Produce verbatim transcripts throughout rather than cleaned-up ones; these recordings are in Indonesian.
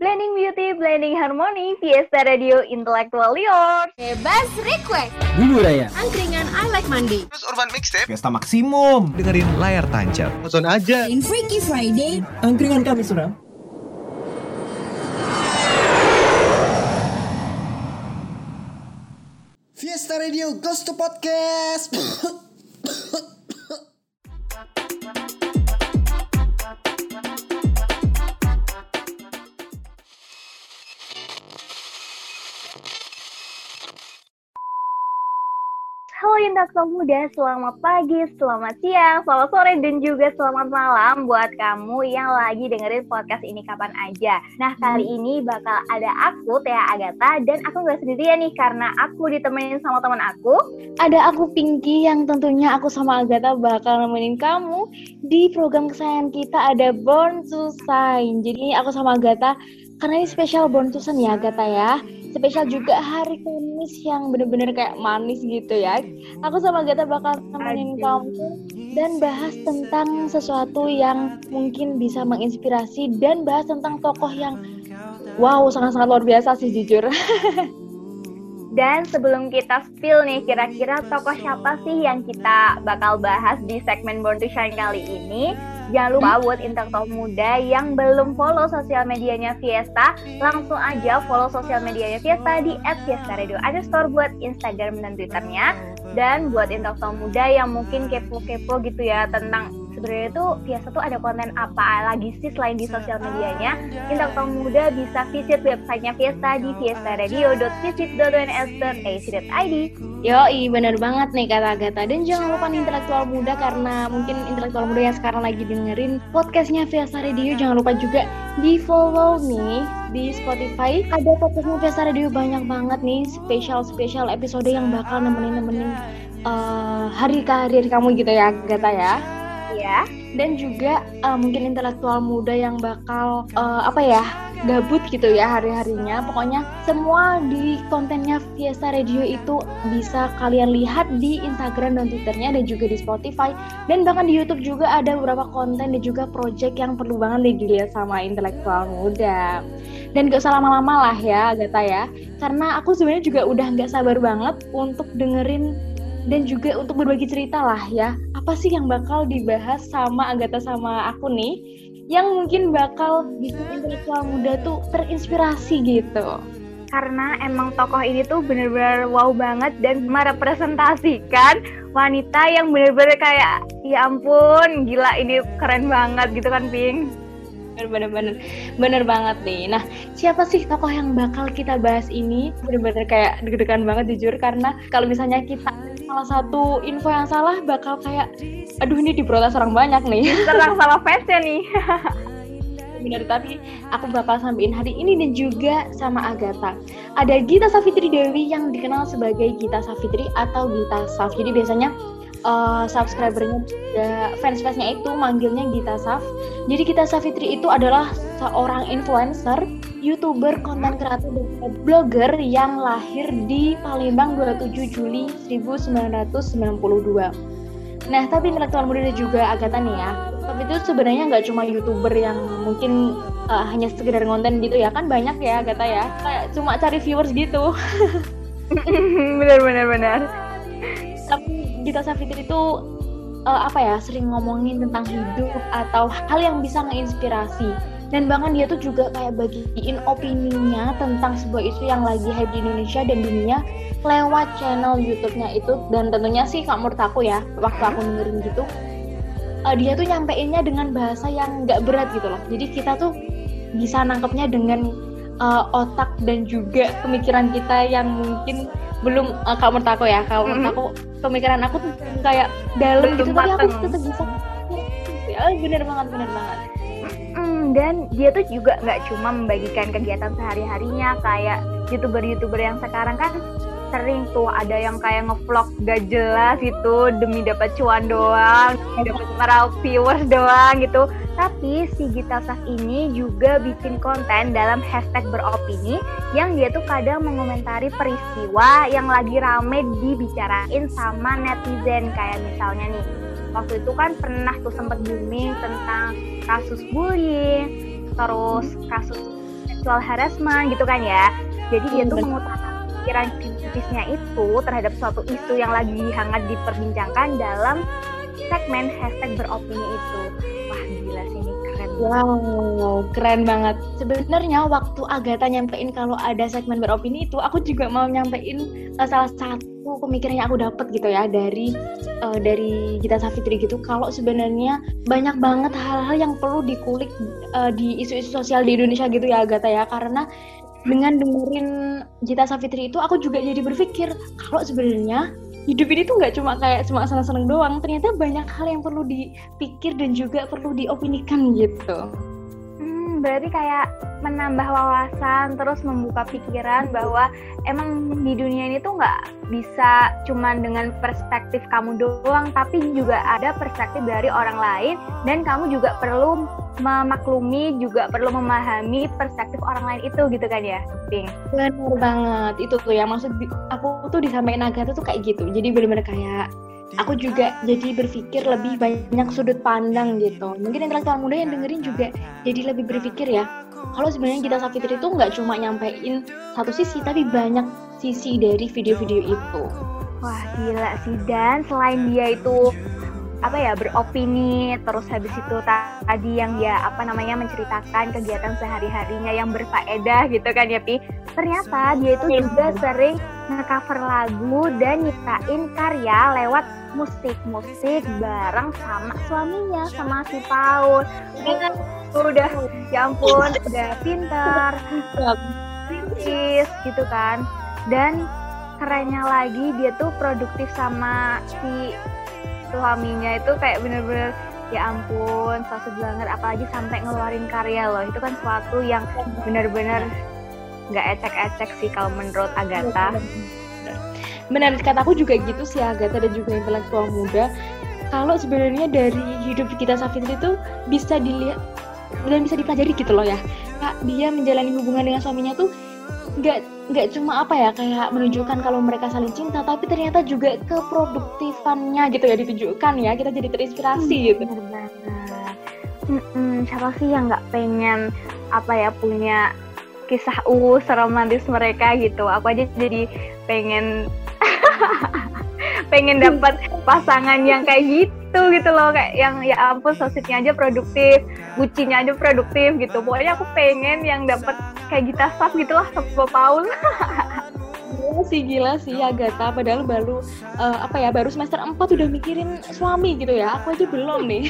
Blending Beauty, Blending Harmony, Fiesta Radio Intellectual Yours, Bebas Request, Bumbu Raya, Angkringan I Like Mandi, Terus Urban Mixtape, Fiesta Maksimum, dengerin layar tancap, Tonton aja, In Freaky Friday, Angkringan kami suram. Fiesta Radio Goes to Podcast. Halo Intas Pemuda, selamat pagi, selamat siang, selamat sore, dan juga selamat malam buat kamu yang lagi dengerin podcast ini kapan aja. Nah, kali ini bakal ada aku, Tia Agatha, dan aku gak sendirian nih karena aku ditemenin sama teman aku. Ada aku Pinky yang tentunya aku sama Agatha bakal nemenin kamu di program kesayangan kita ada Born to Shine. Jadi aku sama Agatha, karena ini spesial Born to Shine ya Agatha ya. Spesial juga hari Kamis yang bener-bener kayak manis gitu ya. Aku sama Agatha bakal nemenin kamu dan bahas tentang sesuatu yang mungkin bisa menginspirasi dan bahas tentang tokoh yang wow, sangat-sangat luar biasa sih jujur. Dan sebelum kita spill nih, kira-kira tokoh siapa sih yang kita bakal bahas di segmen Born to Shine kali ini? Jangan lupa buat intelektual muda yang belum follow sosial medianya Fiesta, langsung aja follow sosial medianya Fiesta di et fiesta radio underscore buat Instagram dan Twitternya. Dan buat intelektual muda yang mungkin kepo-kepo gitu ya tentang sebenarnya tuh Fiesta tuh ada konten apa lagi sih selain di sosial medianya, intelektual muda bisa visit websitenya Fiesta di fiesta radio dot visit dot u n s dot a c dot i d. Yoi, bener banget nih kata Agatha. Dan jangan lupa nih intelektual muda, karena mungkin intelektual muda yang sekarang lagi dengerin podcastnya Fiesta Radio, jangan lupa juga di follow nih di Spotify. Ada podcastnya Fiesta Radio banyak banget nih spesial-spesial episode yang bakal nemenin-nemenin uh, hari karir kamu gitu ya Agatha ya. Ya. Dan juga uh, mungkin intelektual muda yang bakal uh, apa ya gabut gitu ya hari-harinya. Pokoknya semua di kontennya Fiesta Radio itu bisa kalian lihat di Instagram dan Twitternya, dan juga di Spotify, dan bahkan di YouTube juga ada beberapa konten dan juga project yang perlu banget dilihat sama intelektual muda. Dan gak usah lama-lama lah ya Agatha ya, karena aku sebenarnya juga udah gak sabar banget untuk dengerin dan juga untuk berbagi cerita lah ya. Apa sih yang bakal dibahas sama Agatha sama aku nih, yang mungkin bakal bikin intelektual muda tuh terinspirasi gitu. Karena emang tokoh ini tuh bener-bener wow banget dan merepresentasikan wanita yang bener-bener kayak ya ampun gila ini keren banget gitu kan Ping. Bener-bener bener banget nih. Nah, siapa sih tokoh yang bakal kita bahas ini? Bener-bener kayak deg-degan banget jujur, karena kalau misalnya kita salah satu info yang salah bakal kayak aduh ini diprotes orang banyak nih. Serang sama fansnya nih. Bener, tapi aku bakal sampein hari ini dan juga sama Agatha. Ada Gita Savitri Dewi yang dikenal sebagai Gita Savitri atau Gita Saf. Jadi biasanya Uh, subscribernya juga fans-fansnya itu manggilnya Gita Saf. Jadi Gita Savitri itu adalah seorang influencer, youtuber, konten kreator, dan blogger yang lahir di Palembang dua puluh tujuh Juli seribu sembilan ratus sembilan puluh dua. Nah, tapi intelektual muda juga Agatha nih ya, tapi itu sebenarnya nggak cuma youtuber yang mungkin uh, hanya sekedar konten gitu ya, kan banyak ya Agatha ya, kayak cuma cari viewers gitu. Benar-benar-benar. Tapi Gita Savitri itu uh, apa ya sering ngomongin tentang hidup atau hal yang bisa ngeinspirasi, dan bahkan dia tuh juga kayak bagiin opininya tentang sebuah isu yang lagi hype di Indonesia dan dunia lewat channel YouTube-nya itu. Dan tentunya sih kak menurut aku ya, waktu aku dengerin gitu uh, dia tuh nyampeinnya dengan bahasa yang nggak berat gitu loh, jadi kita tuh bisa nangkepnya dengan uh, otak dan juga pemikiran kita yang mungkin belum uh, kalau menurut aku ya, kalau menurut aku pemikiran aku tuh kayak dalam gitu, tapi aku tetap bisa ya, bener banget bener banget. Mm, dan dia tuh juga nggak cuma membagikan kegiatan sehari-harinya kayak youtuber-youtuber yang sekarang kan sering tuh ada yang kayak ngevlog gak jelas gitu demi dapat cuan doang, dapat meraup viewers doang gitu. Tapi si Gita Saf ini juga bikin konten dalam hashtag beropini yang dia tuh kadang mengomentari peristiwa yang lagi rame dibicarain sama netizen. Kayak misalnya nih, waktu itu kan pernah tuh sempat booming tentang kasus bullying, terus kasus seksual harassment gitu kan ya. Jadi dia tuh Betul. mengutarakan pikiran kritisnya itu terhadap suatu isu yang lagi hangat diperbincangkan dalam segmen hashtag beropini itu. Wah gila sih, ini keren. Wow, keren banget. Sebenarnya waktu Agatha nyampein kalau ada segmen beropini itu, aku juga mau nyampein uh, salah satu pemikiran yang aku dapat gitu ya dari uh, dari Gita Savitri gitu. Kalau sebenarnya banyak banget hal-hal yang perlu dikulik uh, di isu-isu sosial di Indonesia gitu ya Agatha ya. Karena dengan dengerin Gita Savitri itu, aku juga jadi berpikir kalau sebenarnya hidup ini tuh nggak cuma kayak cuma senang-senang doang, ternyata banyak hal yang perlu dipikir dan juga perlu diopinikan gitu. Hmm, berarti kayak menambah wawasan, terus membuka pikiran bahwa emang di dunia ini tuh nggak bisa cuma dengan perspektif kamu doang, tapi juga ada perspektif dari orang lain, dan kamu juga perlu memaklumi, juga perlu memahami perspektif orang lain itu gitu kan ya, Ping? Benar banget, itu tuh yang maksud di- aku tuh disampaikan Agatha tuh kayak gitu. Jadi benar-benar kayak aku juga jadi berpikir lebih banyak sudut pandang gitu. Mungkin intelektual muda yang dengerin juga jadi lebih berpikir ya, kalau sebenarnya Gita Savitri itu nggak cuma nyampein satu sisi, tapi banyak sisi dari video-video itu. Wah gila sih, dan selain dia itu apa ya beropini, terus habis itu tadi yang dia apa namanya menceritakan kegiatan sehari-harinya yang berfaedah gitu kan ya Pi, ternyata dia itu juga sering nge-cover lagu dan nyiptain karya lewat musik-musik bareng sama suaminya, sama si Paul. Udah, udah ya ampun, udah pintar, kritis gitu kan, dan kerennya lagi dia tuh produktif sama si suaminya itu kayak bener-bener ya ampun saset banget, apalagi sampai ngeluarin karya loh, itu kan suatu yang bener-bener nggak ecek-ecek sih kalau menurut Agatha. Benar, kataku juga gitu sih Agatha dan juga intelektual muda. Kalau sebenarnya dari hidup Gita Savitri itu bisa dilihat dan bisa dipelajari gitu loh ya. Kak, dia menjalani hubungan dengan suaminya tuh nggak nggak cuma apa ya kayak menunjukkan kalau mereka saling cinta, tapi ternyata juga keproduktifannya gitu ya ditunjukkan ya, kita jadi terinspirasi Hmm, gitu. bener banget. Mm-mm, siapa sih yang nggak pengen apa ya punya kisah uh seromantis mereka gitu. Aku aja jadi pengen pengen dapat pasangan yang kayak gitu gitu loh, kayak yang ya ampun sosisnya aja produktif, bucinya aja produktif gitu. Pokoknya aku pengen yang dapat kayak Gita Sav gitu lah sama Paul. Gila sih, gila sih Agatha, padahal baru uh, apa ya baru semester empat udah mikirin suami gitu ya. Aku aja belum nih.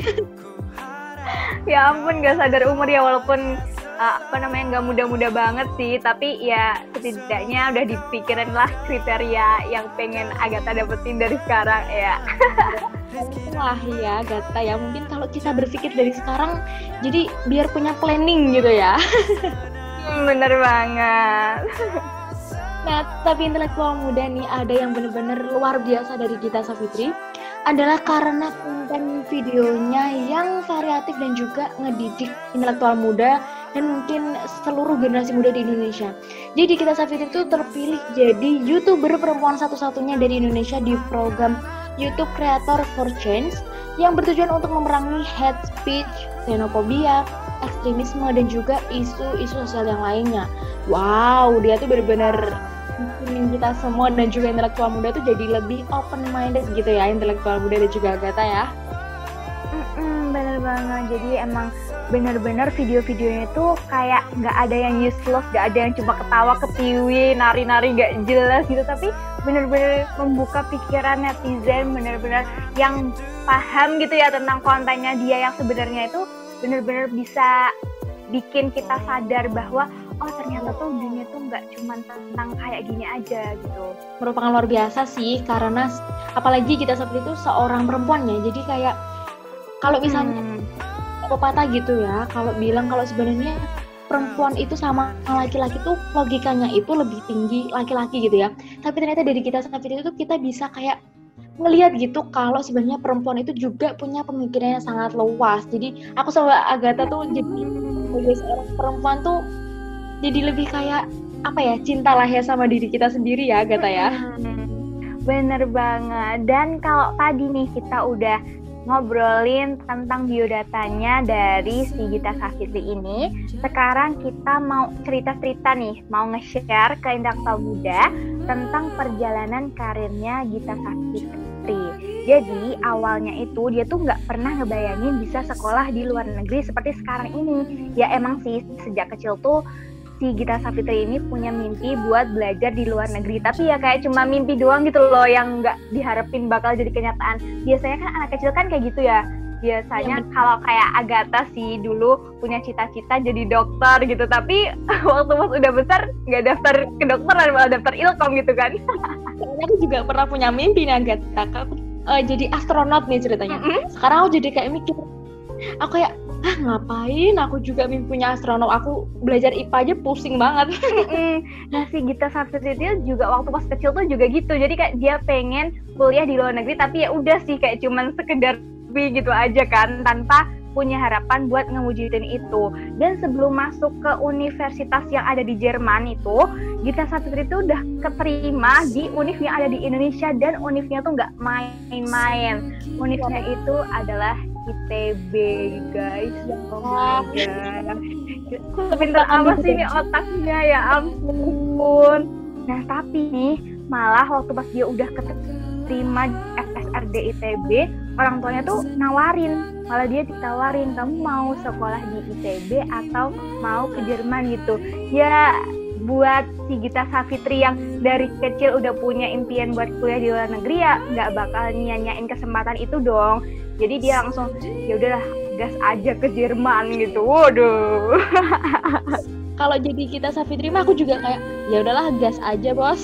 Ya ampun, gak sadar umur ya, walaupun uh, apa namanya nggak muda-muda banget sih, tapi ya setidaknya udah dipikirin lah kriteria yang pengen Agatha dapetin dari sekarang ya. Wah ya Agatha ya, mungkin kalau kita berpikir dari sekarang jadi biar punya planning gitu ya. Hmm, bener banget. Nah, tapi intelektual muda nih ada yang benar-benar luar biasa dari Gita Savitri adalah karena konten videonya yang variatif dan juga ngedidik intelektual muda dan mungkin seluruh generasi muda di Indonesia. Jadi Gita Savitri itu terpilih jadi YouTuber perempuan satu-satunya dari Indonesia di program YouTube Creator for Change yang bertujuan untuk memerangi hate speech, xenophobia, ekstremisme dan juga isu-isu sosial yang lainnya. Wow, dia tuh benar-benar bikin kita semua dan juga intelektual muda tuh jadi lebih open minded gitu ya, intelektual muda dan juga Agatha ya. Mm-mm, bener banget. Jadi emang bener-bener video-videonya tuh kayak nggak ada yang useless, nggak ada yang cuma ketawa ketiwi, nari-nari nggak jelas gitu, tapi bener-bener membuka pikiran netizen, bener-bener yang paham gitu ya tentang kontennya dia yang sebenarnya itu bener-bener bisa bikin kita sadar bahwa oh ternyata tuh dunia tuh nggak cuma tentang kayak gini aja gitu. Merupakan luar biasa sih, karena apalagi Gita Savitri itu seorang perempuan ya, jadi kayak kalau misalnya Hmm. pepatah gitu ya, kalau bilang kalau sebenarnya perempuan itu sama laki-laki tuh logikanya itu lebih tinggi laki-laki gitu ya, tapi ternyata dari Gita Savitri itu kita bisa kayak ngelihat gitu kalau sebenarnya perempuan itu juga punya pemikiran yang sangat luas. Jadi aku sama Agatha tuh jadi sebagai seorang perempuan tuh jadi lebih kayak apa ya, cintalah ya sama diri kita sendiri ya Agatha ya. Hmm, bener banget. Dan kalau tadi nih kita udah ngobrolin tentang biodatanya dari si Gita Savitri ini. Sekarang kita mau cerita-cerita nih, mau nge-share ke intelektual muda tentang perjalanan karirnya Gita Savitri. Jadi awalnya itu dia tuh nggak pernah ngebayangin bisa sekolah di luar negeri seperti sekarang ini. Ya emang sih sejak kecil tuh si Gita Savitri ini punya mimpi buat belajar di luar negeri, tapi ya kayak cuma mimpi doang gitu loh, yang nggak diharapin bakal jadi kenyataan. Biasanya kan anak kecil kan kayak gitu ya, biasanya ya, kalau kayak Agatha sih dulu punya cita-cita jadi dokter gitu, tapi waktu pas udah besar nggak daftar ke dokteran, malah daftar ilkom gitu kan. Aku juga pernah punya mimpi nih Agatha, aku uh, jadi astronot nih ceritanya. Mm-hmm. Sekarang aku jadi kayak mikir, aku kayak ah ngapain aku juga mimpi punya astronot, aku belajar I P A aja pusing banget. Nah si Gita Savitri juga waktu pas kecil tuh juga gitu, jadi kayak dia pengen kuliah di luar negeri, tapi ya udah sih kayak cuman sekedar gitu aja kan, tanpa punya harapan buat ngewujudin itu. Dan sebelum masuk ke universitas yang ada di Jerman itu, Gita Savitri itu udah keterima di univ yang ada di Indonesia, dan univnya tuh nggak main-main. Univnya itu adalah I T B guys. Oh my god. Pintar apa sih ini otaknya, ya ampun. Nah tapi nih malah waktu pas dia udah keterima F S R D I T B, orang tuanya tuh nawarin, malah dia ditawarin, kamu mau sekolah di I T B atau mau ke Jerman gitu. Ya buat si Gita Savitri yang dari kecil udah punya impian buat kuliah di luar negeri, ya nggak bakal nyanyain kesempatan itu dong. Jadi dia langsung ya udahlah gas aja ke Jerman gitu. Waduh. Kalau jadi Gita Savitri mah aku juga kayak ya udahlah gas aja bos.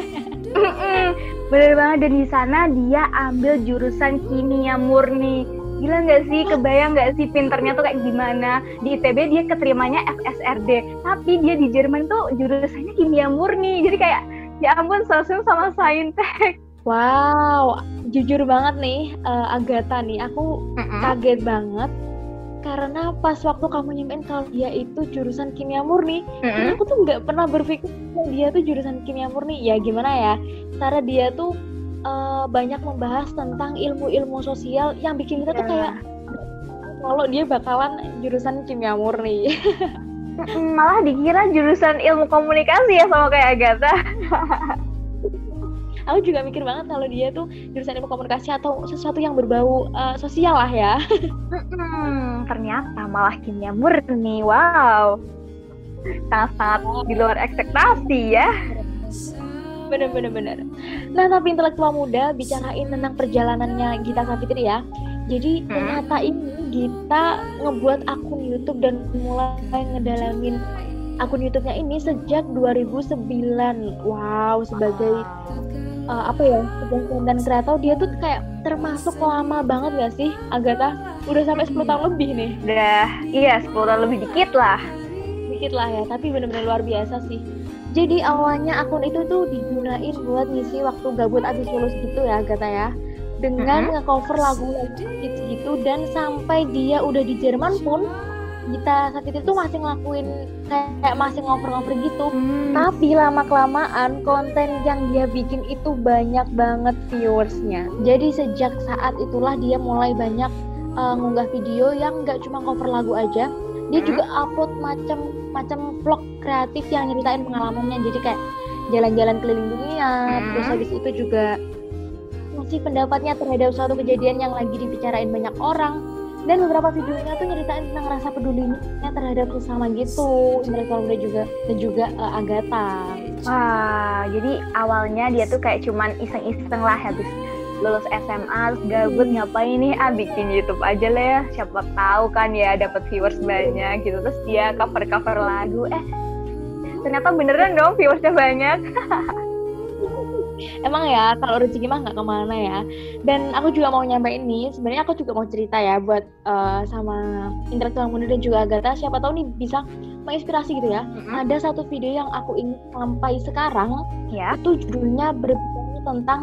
Bener banget, dan di sana dia ambil jurusan kimia murni. Gila nggak sih, kebayang nggak sih pinternya tuh kayak gimana? Di I T B dia keterimanya F S R D, tapi dia di Jerman tuh jurusannya kimia murni. Jadi kayak ya ampun, sosum sama saintek. Wow, jujur banget nih uh, Agatha nih, aku uh-uh. kaget banget karena pas waktu kamu nyampein kalau dia itu jurusan kimia murni, uh-uh. aku tuh nggak pernah berpikir kalau dia tuh jurusan kimia murni. Ya gimana ya, karena dia tuh uh, banyak membahas tentang ilmu-ilmu sosial yang bikin kita yeah. tuh kayak kalau dia bakalan jurusan kimia murni. Malah dikira jurusan ilmu komunikasi ya sama kayak Agatha. Aku juga mikir banget kalau dia tuh jurusan ilmu komunikasi atau sesuatu yang berbau uh, sosial lah ya. Hmm, ternyata malah kimia murni. Wow, sangat-sangat di luar ekspektasi ya. Bener-bener. Nah tapi intelektual muda bicarain tentang perjalanannya Gita Savitri ya. Jadi hmm. ternyata ini Gita ngebuat akun YouTube dan mulai ngedalamin akun YouTube-nya ini sejak dua ribu sembilan. Wow, sebagai Uh, apa ya, sebagai konten kreator dia tuh kayak termasuk lama banget gak sih Agatha? Udah sampai sepuluh tahun lebih nih. Udah, iya sepuluh tahun lebih dikit lah. Dikit lah ya, tapi benar-benar luar biasa sih. Jadi awalnya akun itu tuh digunain buat ngisi waktu gabut abis lulus gitu ya Agatha ya. Dengan mm-hmm. nge-cover lagu-lagu hits gitu, dan sampai dia udah di Jerman pun Gita Savitri tuh masih ngelakuin kayak masih ngoper-ngoper gitu. Hmm. Tapi lama-kelamaan konten yang dia bikin itu banyak banget viewersnya. Jadi sejak saat itulah dia mulai banyak uh, ngunggah video yang nggak cuma cover lagu aja. Dia hmm. juga upload macam-macam vlog kreatif yang nyeritain pengalamannya. Jadi kayak jalan-jalan keliling dunia. Hmm. Terus habis itu juga ngasih pendapatnya terhadap suatu kejadian yang lagi dibicarain banyak orang. Dan beberapa videonya tuh nyeritain tentang rasa pedulinya terhadap sesama gitu, intelektual muda juga, dan juga uh, Agatha. Wah, jadi awalnya dia tuh kayak cuman iseng-iseng lah habis lulus S M A, terus gabut ngapain nih, ah bikin YouTube aja lah ya, siapa tahu kan ya dapat viewers banyak gitu. Terus dia cover-cover lagu, eh ternyata beneran dong viewersnya banyak. Emang ya kalau rezeki mah nggak kemana ya. Dan aku juga mau nyampein nih, sebenarnya aku juga mau cerita ya buat uh, sama intelektual muda dan juga Agatha, siapa tahu nih bisa menginspirasi gitu ya. Mm-hmm. Ada satu video yang aku ingin sampai sekarang ya, itu judulnya berbicara tentang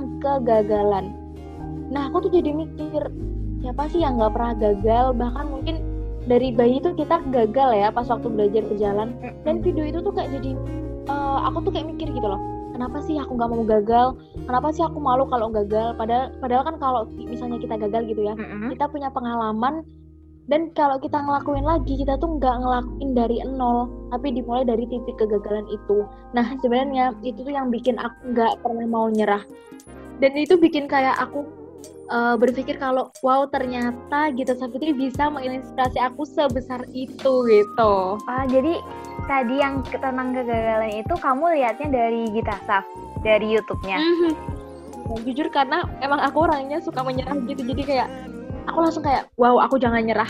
kegagalan. Nah aku tuh jadi mikir, siapa sih yang nggak pernah gagal, bahkan mungkin dari bayi tuh kita gagal ya pas waktu belajar berjalan, dan video itu tuh kayak jadi uh, aku tuh kayak mikir gitu loh, kenapa sih aku nggak mau gagal, kenapa sih aku malu kalau gagal, padahal padahal kan kalau misalnya kita gagal gitu ya, Mm-mm. kita punya pengalaman, dan kalau kita ngelakuin lagi kita tuh nggak ngelakuin dari nol, tapi dimulai dari titik kegagalan itu. Nah sebenarnya itu tuh yang bikin aku nggak pernah mau nyerah, dan itu bikin kayak aku Uh, berpikir kalau wow ternyata Gita Savitri bisa menginspirasi aku sebesar itu gitu. Ah, jadi tadi yang tentang kegagalan itu kamu lihatnya dari Gita Sav, dari YouTube-nya. Mm-hmm. Nah, jujur karena emang aku orangnya suka menyerah gitu, jadi kayak aku langsung kayak wow aku jangan nyerah.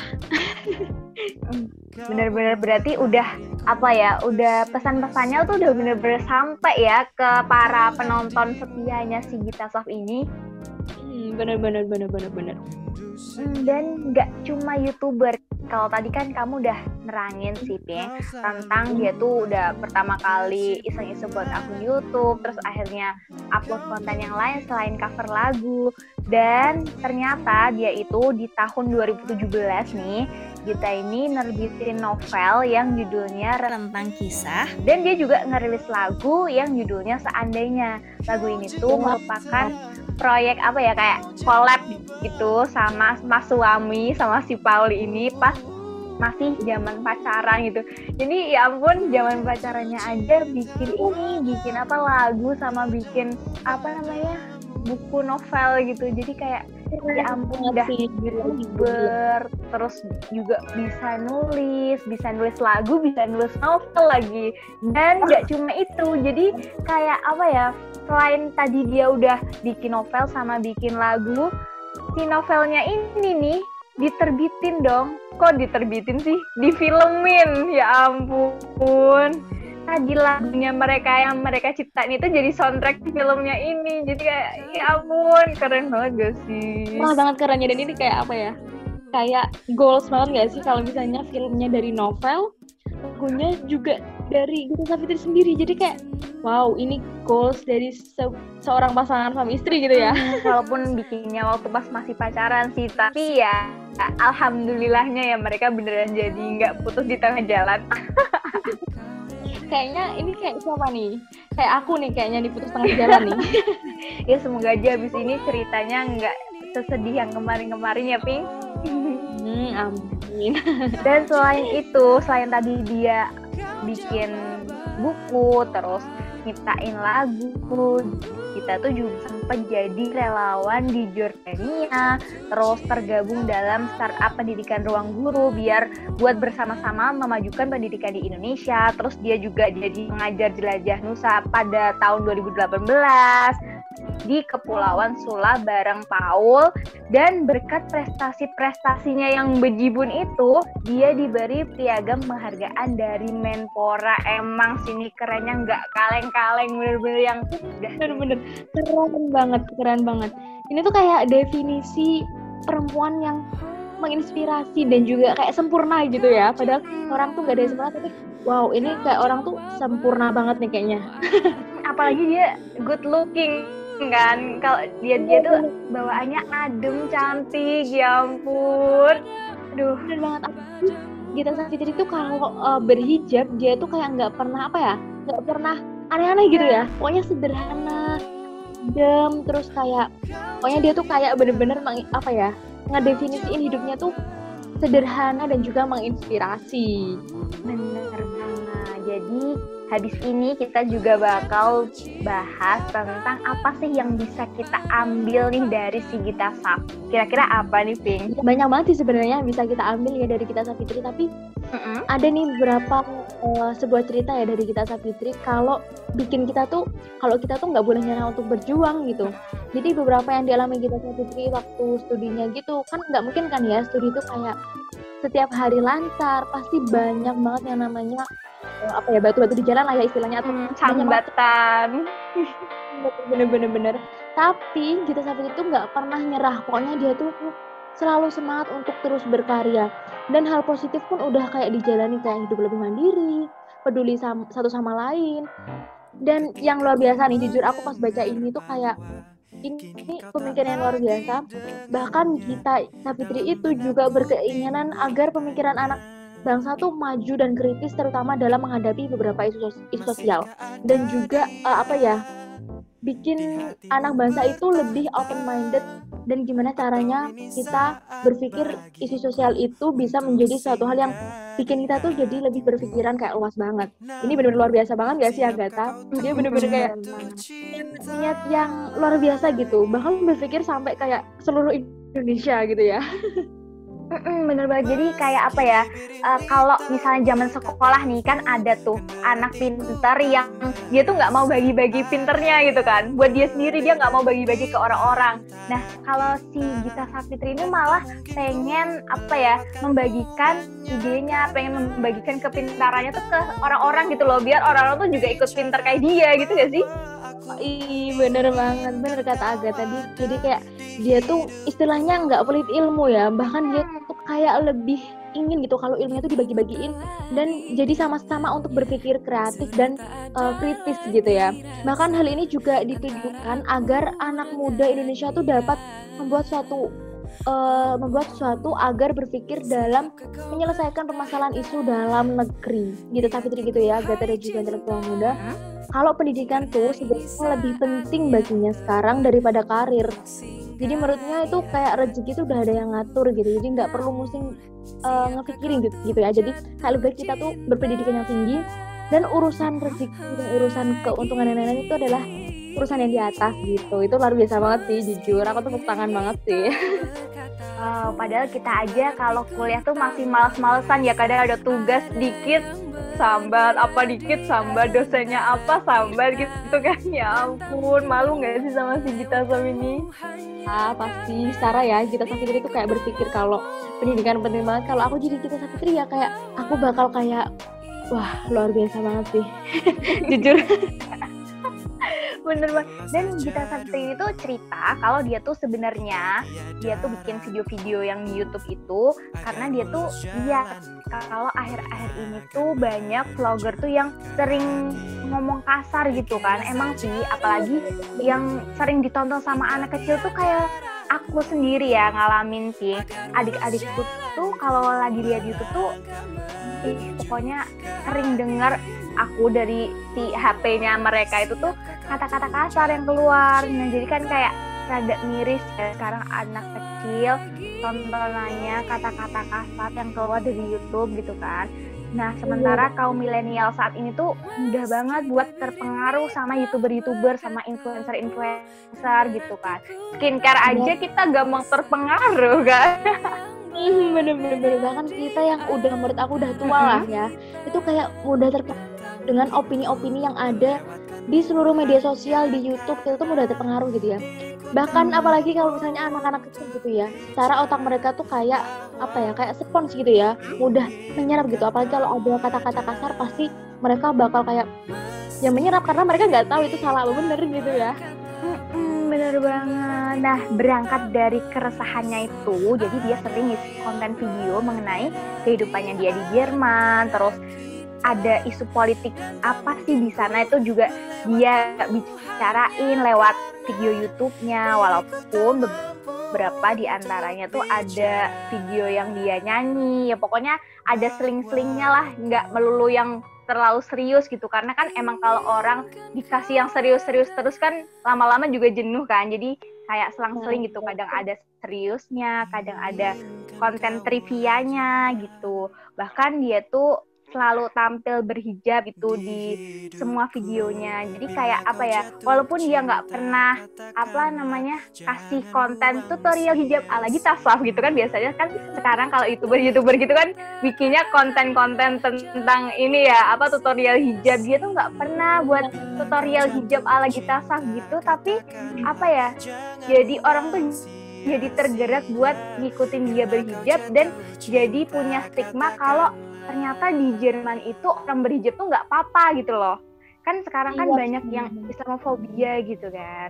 Bener-bener berarti udah apa ya, udah pesan-pesannya tuh udah bener-bener sampai ya ke para penonton setianya si Gita Sav ini. Hmm, bener-bener bener-bener bener. Hmm, dan nggak cuma YouTuber. Kalau tadi kan kamu udah nerangin sih, Ping, tentang dia tuh udah pertama kali iseng-iseng buat akun YouTube, terus akhirnya upload konten yang lain selain cover lagu. Dan ternyata dia itu di tahun dua ribu tujuh belas nih, Gita ini nerbitin novel yang judulnya Rentang Kisah. Dan dia juga ngerilis lagu yang judulnya Seandainya. Lagu ini tuh merupakan proyek apa ya, kayak collab gitu sama Mas Suami sama si Pauli ini pas masih zaman pacaran gitu. Jadi ya ampun, zaman pacarannya aja bikin ini, bikin apa lagu sama bikin apa namanya buku novel gitu. Jadi kayak ya ampun udah youtuber, terus juga bisa nulis, bisa nulis lagu, bisa nulis novel lagi. Dan nggak cuma itu, jadi kayak apa ya, selain tadi dia udah bikin novel sama bikin lagu, si novelnya ini nih diterbitin dong. Kok diterbitin sih? Difilmin, ya ampun. Tadi lagunya mereka yang mereka ciptain itu jadi soundtrack filmnya ini. Jadi kayak ya ampun, keren banget gak sih? Wah banget kerennya, dan ini kayak apa ya, kayak goals banget gak sih kalau misalnya filmnya dari novel, lagunya juga dari Gita Savitri sendiri. Jadi kayak wow, ini goals dari se- seorang pasangan suami istri gitu ya. Hmm, walaupun bikinnya waktu pas masih pacaran sih, tapi ya alhamdulillahnya ya mereka beneran jadi nggak putus di tengah jalan. Kayaknya ini kayak siapa nih? Kayak aku nih kayaknya diputus tengah jalan nih. Ya semoga aja abis ini ceritanya nggak sesedih yang kemarin-kemarin ya, Ping. Hmm, amin. Dan selain itu, selain tadi dia bikin buku, terus nyiptain lagu, kita tuh juga sempat jadi relawan di Jordania, terus tergabung dalam startup pendidikan Ruang Guru biar buat bersama-sama memajukan pendidikan di Indonesia. Terus dia juga jadi pengajar jelajah Nusa pada tahun dua ribu delapan belas di Kepulauan Sula bareng Paul. Dan berkat prestasi-prestasinya yang bejibun itu, dia diberi piagam penghargaan dari Menpora. Emang sini kerennya nggak kaleng-kaleng, bener-bener yang bener-bener keren banget, keren banget. Ini tuh kayak definisi perempuan yang menginspirasi dan juga kayak sempurna gitu ya. Padahal orang tuh nggak ada yang sempurna, tapi wow, ini kayak orang tuh sempurna banget nih kayaknya. Apalagi dia good looking kan, kalau dia dia tuh bawaannya adem, cantik, ya ampun. Aduh, bener banget. Gita Savitri tuh kalau uh, berhijab dia tuh kayak nggak pernah apa ya, nggak pernah aneh-aneh gitu ya. Pokoknya sederhana, adem, terus kayak pokoknya dia tuh kayak bener-bener meng, apa ya, ngedefinisiin hidupnya tuh sederhana dan juga menginspirasi. bener banget. Jadi habis ini kita juga bakal bahas tentang apa sih yang bisa kita ambil nih dari si Gita Sav. Kira-kira apa nih, Ping? Banyak banget sih sebenarnya yang bisa kita ambil ya dari Gita Savitri, tapi Mm-mm. ada nih beberapa uh, sebuah cerita ya dari Gita Savitri kalau bikin kita tuh, kalau kita tuh nggak boleh nyerah untuk berjuang gitu. Jadi beberapa yang dialami Gita Savitri waktu studinya gitu kan, nggak mungkin kan ya studi itu kayak setiap hari lancar, pasti banyak banget yang namanya uh, apa ya, batu-batu di jalan lah ya istilahnya, atau Hmm, hambatan. bener-bener bener. Tapi Gita Savitri itu nggak pernah nyerah, pokoknya dia tuh selalu semangat untuk terus berkarya. Dan hal positif pun udah kayak dijalani, kayak hidup lebih mandiri, peduli sama, satu sama lain. Dan yang luar biasa nih, jujur aku pas baca ini tuh kayak ini pemikiran yang luar biasa. Bahkan kita Savitri itu juga berkeinginan agar pemikiran anak bangsa tuh maju dan kritis, terutama dalam menghadapi beberapa isu, sos- isu sosial, dan juga uh, apa ya bikin anak bangsa itu lebih open minded, dan gimana caranya kita berpikir isu sosial itu bisa menjadi suatu hal yang bikin kita tuh jadi lebih berpikiran kayak luas banget. Ini benar-benar luar biasa banget gak sih Agatha? Dia benar-benar kayak niat yang luar biasa gitu, bahkan berpikir sampai kayak seluruh Indonesia gitu ya. Mm-mm, bener banget. Jadi kayak apa ya, uh, kalau misalnya zaman sekolah nih kan ada tuh anak pinter yang dia tuh nggak mau bagi-bagi pinternya gitu kan, buat dia sendiri, dia nggak mau bagi-bagi ke orang-orang. Nah kalau si Gita Savitri ini malah pengen apa ya, membagikan idenya, pengen membagikan kepintarannya tuh ke orang-orang gitu loh, biar orang-orang tuh juga ikut pinter kayak dia gitu gak sih? Ih, bener banget, bener kata Aga tadi. Jadi kayak dia tuh istilahnya nggak pelit ilmu ya, bahkan dia tuh kayak lebih ingin gitu kalau ilmunya tuh dibagi-bagiin dan jadi sama-sama untuk berpikir kreatif dan uh, kritis gitu ya. Bahkan hal ini juga ditujukan agar anak muda Indonesia tuh dapat membuat suatu uh, membuat sesuatu agar berpikir dalam menyelesaikan permasalahan isu dalam negeri gitu, Savitri gitu ya, Agatha dan juga intelektual muda. Kalau pendidikan tuh sebenarnya lebih penting baginya sekarang daripada karir. Jadi menurutnya itu kayak rezeki itu udah ada yang ngatur gitu. Jadi nggak perlu pusing uh, ngepikirin gitu, gitu ya. Jadi kayak lebih baik kita tuh berpendidikan yang tinggi, dan urusan rezeki dan urusan keuntungan dan lain-lain itu adalah urusan yang di atas gitu. Itu luar biasa banget sih, jujur. Aku tepuk tangan banget sih. Uh, padahal kita aja kalau kuliah tuh masih males-malesan ya, kadang ada tugas dikit sambat, apa dikit sambat, dosennya apa sambat gitu kan. Ya ampun, malu nggak sih sama si Gita Sam ini? Ah pasti secara ya Gita Savitri itu kayak berpikir kalau pendidikan penting banget. Kalau aku jadi Gita Savitri ya kayak aku bakal kayak wah luar biasa banget sih. Jujur. Bener banget. Dan Gita Savitri itu cerita kalau dia tuh sebenarnya dia tuh bikin video-video yang di YouTube itu karena dia tuh lihat kalau akhir-akhir ini tuh banyak vlogger tuh yang sering ngomong kasar gitu kan. Emang sih, apalagi yang sering ditonton sama anak kecil tuh kayak aku sendiri ya ngalamin sih. Adik-adikku tuh kalau lagi lihat YouTube tuh ih, pokoknya sering dengar aku dari si H P-nya mereka itu tuh kata-kata kasar yang keluar. Nah jadi kan kayak rada miris ya sekarang anak kecil tontonannya kata-kata kasar yang keluar dari YouTube gitu kan. Nah sementara kaum milenial saat ini tuh mudah banget buat terpengaruh sama youtuber-youtuber, sama influencer-influencer gitu kan. Skincare aja kita gampang terpengaruh kan. Hmm, bener-bener bahkan kita yang udah menurut aku udah tua lah ya, itu kayak mudah terpengaruh dengan opini-opini yang ada di seluruh media sosial, di YouTube, itu tuh mudah terpengaruh gitu ya. Bahkan apalagi kalau misalnya anak-anak kecil gitu ya, cara otak mereka tuh kayak apa ya, kayak spons gitu ya, mudah menyerap gitu. Apalagi kalau ada kata-kata kasar pasti mereka bakal kayak ya menyerap karena mereka nggak tahu itu salah atau bener gitu ya. Mm-mm, bener banget. Nah berangkat dari keresahannya itu, jadi dia sering ngisi konten video mengenai kehidupannya dia di Jerman, terus ada isu politik apa sih di sana itu juga dia bicarain lewat video YouTube-nya, walaupun beberapa di antaranya tuh ada video yang dia nyanyi, ya pokoknya ada seling-selingnya lah, nggak melulu yang terlalu serius gitu, karena kan emang kalau orang dikasih yang serius-serius terus kan lama-lama juga jenuh kan, jadi kayak selang-seling gitu, kadang ada seriusnya, kadang ada konten trivianya gitu. Bahkan dia tuh selalu tampil berhijab gitu di semua videonya. Jadi kayak apa ya, walaupun dia nggak pernah apa namanya kasih konten tutorial hijab ala Gita Slav gitu kan, biasanya kan sekarang kalau youtuber-youtuber gitu kan bikinnya konten-konten tentang ini ya, apa tutorial hijab. Dia tuh nggak pernah buat tutorial hijab ala Gita Slav gitu, tapi apa ya, jadi orang tuh jadi tergerak buat ngikutin dia berhijab, dan jadi punya stigma kalau ternyata di Jerman itu orang berhijab tuh nggak apa-apa gitu loh. Kan sekarang kan iya, banyak bener. Yang Islamofobia gitu kan.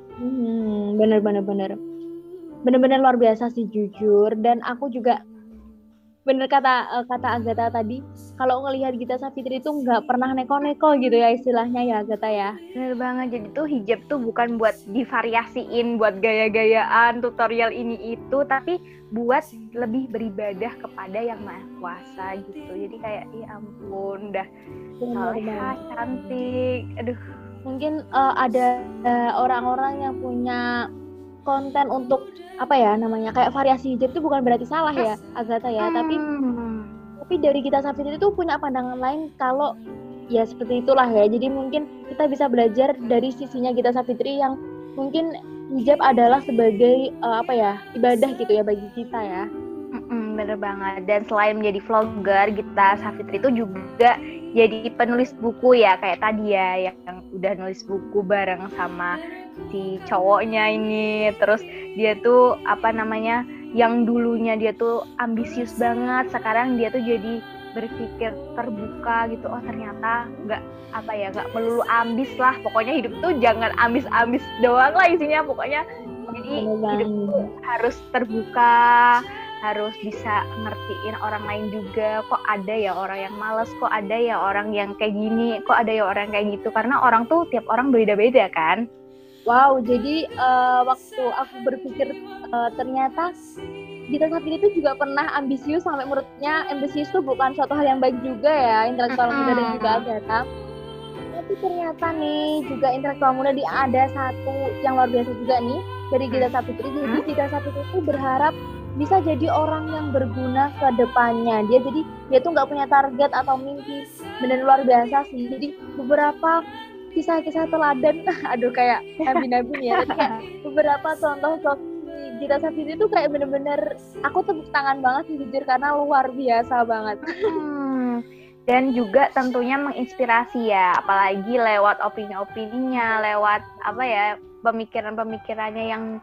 Hmm, bener-bener bener. Bener-bener luar biasa sih jujur. Dan aku juga bener kata eh, kata Agatha tadi, kalau ngelihat Gita Savitri itu nggak pernah neko-neko gitu ya istilahnya ya Agatha ya. Bener banget, jadi tuh hijab tuh bukan buat divariasiin, buat gaya-gayaan, tutorial ini itu, tapi buat lebih beribadah kepada yang maha kuasa gitu. Jadi kayak, ya ampun, udah soleha, cantik, aduh. Mungkin uh, ada uh, orang-orang yang punya konten untuk apa ya namanya kayak variasi hijab itu bukan berarti salah ya Agatha ya, hmm. tapi tapi dari Gita Savitri itu punya pandangan lain kalau ya seperti itulah ya. Jadi mungkin kita bisa belajar dari sisinya Gita Savitri yang mungkin hijab adalah sebagai uh, apa ya ibadah gitu ya bagi kita ya. Mm-mm, bener banget. Dan selain menjadi vlogger, Gita Savitri itu juga jadi penulis buku ya, kayak tadi ya yang udah nulis buku bareng sama si cowoknya ini. Terus dia tuh apa namanya, yang dulunya dia tuh ambisius banget, sekarang dia tuh jadi berpikir terbuka gitu. Oh ternyata nggak apa ya nggak melulu ambis lah, pokoknya hidup tuh jangan ambis-ambis doang lah isinya, pokoknya jadi hidup tuh harus terbuka, harus bisa ngertiin orang lain juga. Kok ada ya orang yang malas, kok ada ya orang yang kayak gini, kok ada ya orang kayak gitu, karena orang tuh tiap orang beda-beda kan. Wow, jadi uh, waktu aku berpikir uh, ternyata Gita Savitri itu juga pernah ambisius, sampai menurutnya ambisius itu bukan suatu hal yang baik juga ya, intelektual muda dan juga Agatha. Tapi ternyata nih juga intelektual muda di ada satu yang luar biasa juga nih dari Gita Savitri. Jadi Gita Savitri itu berharap bisa jadi orang yang berguna ke depannya. Dia jadi dia tuh nggak punya target atau mimpi, benar luar biasa sih. Jadi beberapa kisah-kisah teladan, aduh kayak nabi-nabi ya, kayak beberapa contoh Gita Savitri itu kayak bener-bener aku tepuk tangan banget sih jujur, karena luar biasa banget. Hmm. Dan juga tentunya menginspirasi ya, apalagi lewat opini-opininya, lewat apa ya pemikiran-pemikirannya yang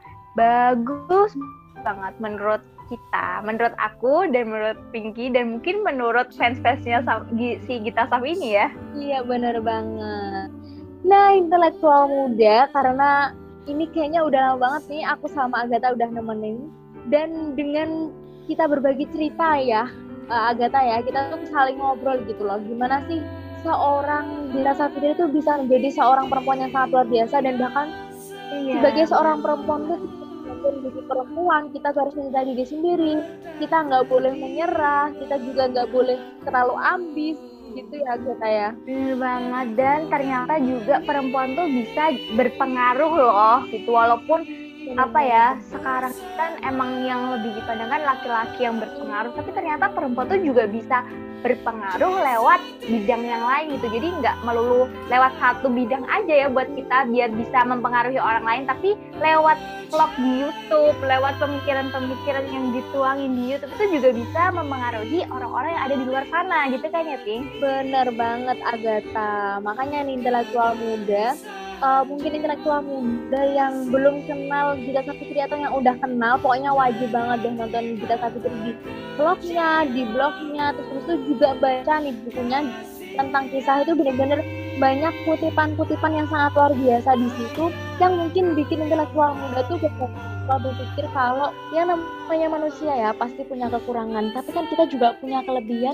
bagus banget menurut kita, menurut aku dan menurut Pinky dan mungkin menurut fans-fansnya si Gita Sav ini ya. Iya bener banget. Nah intelektual muda, karena ini kayaknya udah lama banget nih aku sama Agatha udah nemenin, dan dengan kita berbagi cerita ya Agatha ya, kita tuh saling ngobrol gitu loh, gimana sih seorang Gita Savitri itu bisa menjadi seorang perempuan yang sangat luar biasa, dan bahkan iya. Sebagai seorang perempuan itu menjadi perempuan kita harus mencintai diri sendiri, kita nggak boleh menyerah, kita juga nggak boleh terlalu ambis gitu ya Agatha ya. Bener banget, dan ternyata juga perempuan tuh bisa berpengaruh loh gitu, walaupun bener apa ya sekarang kan emang yang lebih dipandangkan laki-laki yang berpengaruh, tapi ternyata perempuan tuh juga bisa berpengaruh lewat bidang yang lain gitu. Jadi nggak melulu lewat satu bidang aja ya buat kita biar bisa mempengaruhi orang lain, tapi lewat vlog di YouTube, lewat pemikiran-pemikiran yang dituangin di YouTube itu juga bisa mempengaruhi orang-orang yang ada di luar sana gitu kan ya Ting? Bener banget Agatha, makanya nih intelektual muda, uh, mungkin intelektual muda yang belum kenal Gita Savitri atau yang udah kenal, pokoknya wajib banget deh nonton Gita Savitri di vlognya, di blognya, terus itu juga baca nih bukunya tentang kisah itu, bener-bener banyak kutipan-kutipan yang sangat luar biasa di situ yang mungkin bikin intelektual muda tuh berpikir kalau yang namanya manusia ya pasti punya kekurangan, tapi kan kita juga punya kelebihan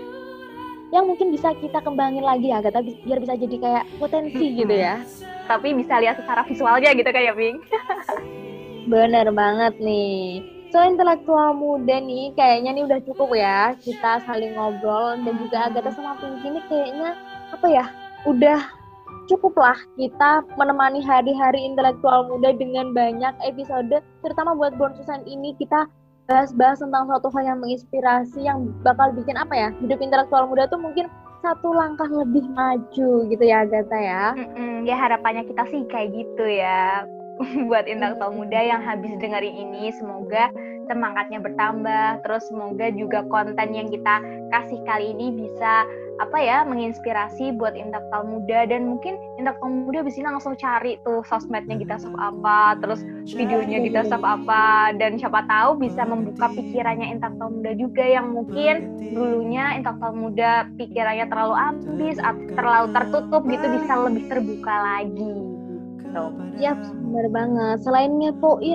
yang mungkin bisa kita kembangin lagi ya Agatha, biar bisa jadi kayak potensi gitu ya. Tapi bisa lihat secara visualnya gitu kan ya Bing? Bener banget nih. So intelektual muda nih kayaknya nih udah cukup ya kita saling ngobrol, dan juga Agatha sama Pinky ini kayaknya apa ya udah cukup lah kita menemani hari-hari intelektual muda dengan banyak episode, terutama buat Born to Shine ini kita bahas-bahas tentang suatu hal yang menginspirasi, yang bakal bikin apa ya hidup intelektual muda tuh mungkin satu langkah lebih maju gitu ya Agatha ya. Mm-mm, ya harapannya kita sih kayak gitu ya buat intelektual muda yang habis dengerin ini, semoga semangatnya bertambah, terus semoga juga konten yang kita kasih kali ini bisa apa ya menginspirasi buat intelektual muda, dan mungkin intelektual muda bisa langsung cari tuh sosmednya Gita Sav apa, terus videonya Gita Sav apa, dan siapa tahu bisa membuka pikirannya intelektual muda juga yang mungkin dulunya intelektual muda pikirannya terlalu ambis atau terlalu tertutup gitu, bisa lebih terbuka lagi. Iya, benar banget. Selain ngepoin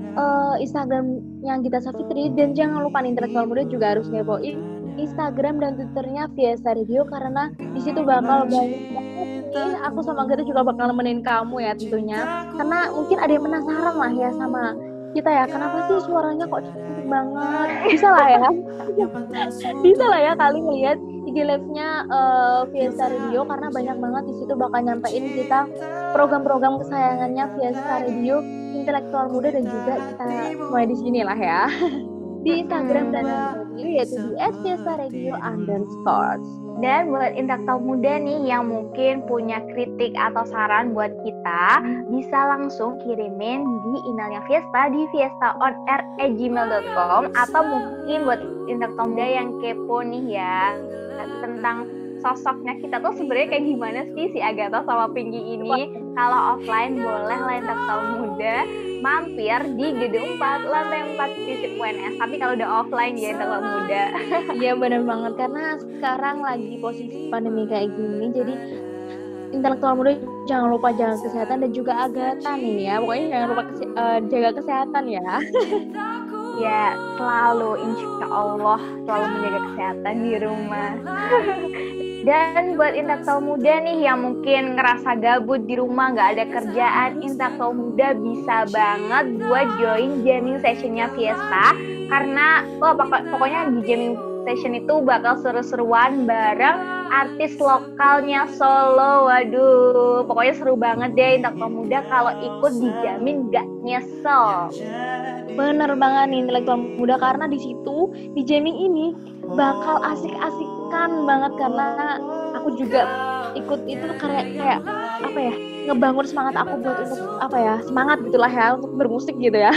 uh, Instagram yang Gita Savitri, dan jangan lupa intelektual muda juga harus ngepoin Instagram dan Twitternya Fiesta Radio, karena di situ bakal banyak banget nih, aku sama Gita juga bakal nemenin kamu ya tentunya, karena mungkin ada yang penasaran lah ya sama kita ya, kenapa sih suaranya kok cantik banget, bisa lah ya bisa lah ya kali ngeliat I G Live-nya uh, Fiesta Radio, karena banyak banget di situ bakal nyampein kita program-program kesayangannya Fiesta Radio, intelektual muda, dan juga kita mulai di sini lah ya di Instagram dan radio yaitu di et fiesta radio underscore. Dan buat intelektual muda nih yang mungkin punya kritik atau saran buat kita, bisa langsung kirimin di emailnya Fiesta di fiesta on air at gmail dot com, atau mungkin buat intelektual muda yang kepo nih ya tentang sosoknya kita tuh sebenarnya kayak gimana sih si Agatha sama Pinky ini. Kalau offline boleh lah intelektual muda mampir di gedung empat lantai empat Visip U N S, tapi kalau udah offline ya intelektual muda. Iya benar banget, karena sekarang lagi posisi pandemi kayak gini, jadi intelektual muda jangan lupa jaga kesehatan, dan juga Agatha nih ya, pokoknya jangan lupa kese- uh, jaga kesehatan ya. Ya selalu, insya Allah selalu menjaga kesehatan di rumah. Dan buat intelektual muda nih yang mungkin ngerasa gabut di rumah, nggak ada kerjaan, intelektual muda bisa banget buat join jamming sessionnya Fiesta, karena oh, pokok- pokoknya di jamming session itu bakal seru-seruan bareng artis lokalnya Solo. Waduh, pokoknya seru banget deh intelektual muda kalau ikut di jamming, nggak nyesel. Bener banget nih intelektual muda, karena di situ di jamming ini bakal asik-asikan banget, karena aku juga ikut itu kayak kayak apa ya, ngebangun semangat aku buat untuk apa ya, semangat gitulah ya untuk bermusik gitu ya.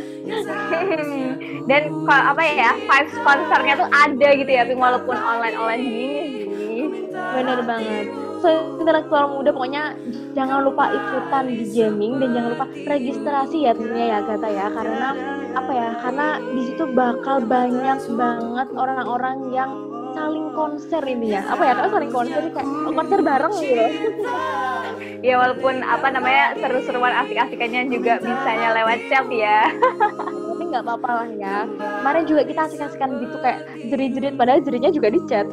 Dan kalau apa ya, vibes sponsornya tuh ada gitu ya, walaupun online-online gini sih. Bener banget. So, intelektual muda pokoknya jangan lupa ikutan di jamming, dan jangan lupa registrasi ya tentunya ya Agatha ya, karena apa ya, karena di situ bakal banyak banget orang-orang yang saling konser ini ya, apa ya, kalau saling konser kayak konser bareng gitu. Ya walaupun apa namanya seru-seruan asik-asikannya juga bisanya lewat chat ya. Tapi nggak apa-apa lah ya. Kemarin juga kita asik-asikan gitu kayak jerit-jerit, padahal jeritnya juga di chat.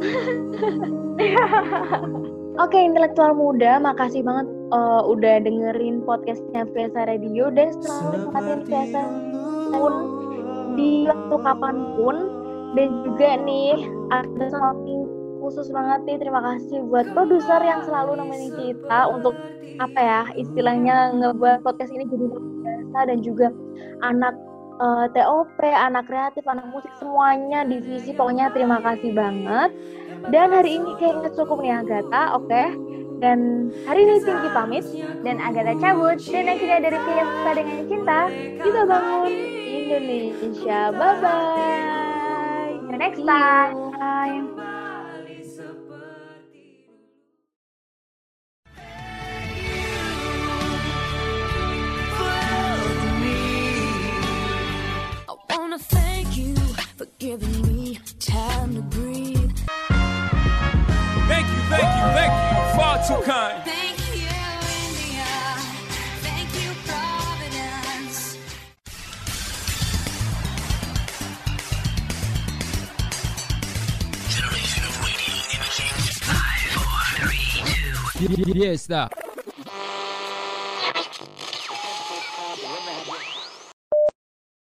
Oke, intelektual muda, makasih banget uh, udah dengerin podcastnya Fiesta Radio, dan selalu nikmatin Fiesta pun di waktu kapanpun. Dan juga nih ada something khusus banget nih, terima kasih buat produser yang selalu nemenin kita untuk apa ya, istilahnya ngebuat podcast ini jadi luar biasa, dan juga anak uh, T O P, anak kreatif, anak musik, semuanya divisi, pokoknya terima kasih banget. Dan hari ini kayaknya cukup nih Agatha, oke? Okay? Dan hari ini Pinky pamit, dan Agatha cabut, dan akhirnya dari Fiesta dengan cinta, kita bangun Indonesia. Bye-bye. See you next time. I wanna thank you for giving me time to breathe. Thank you, thank you, thank you. Far too kind. Thank you, India. Thank you, Providence. Yes, stop.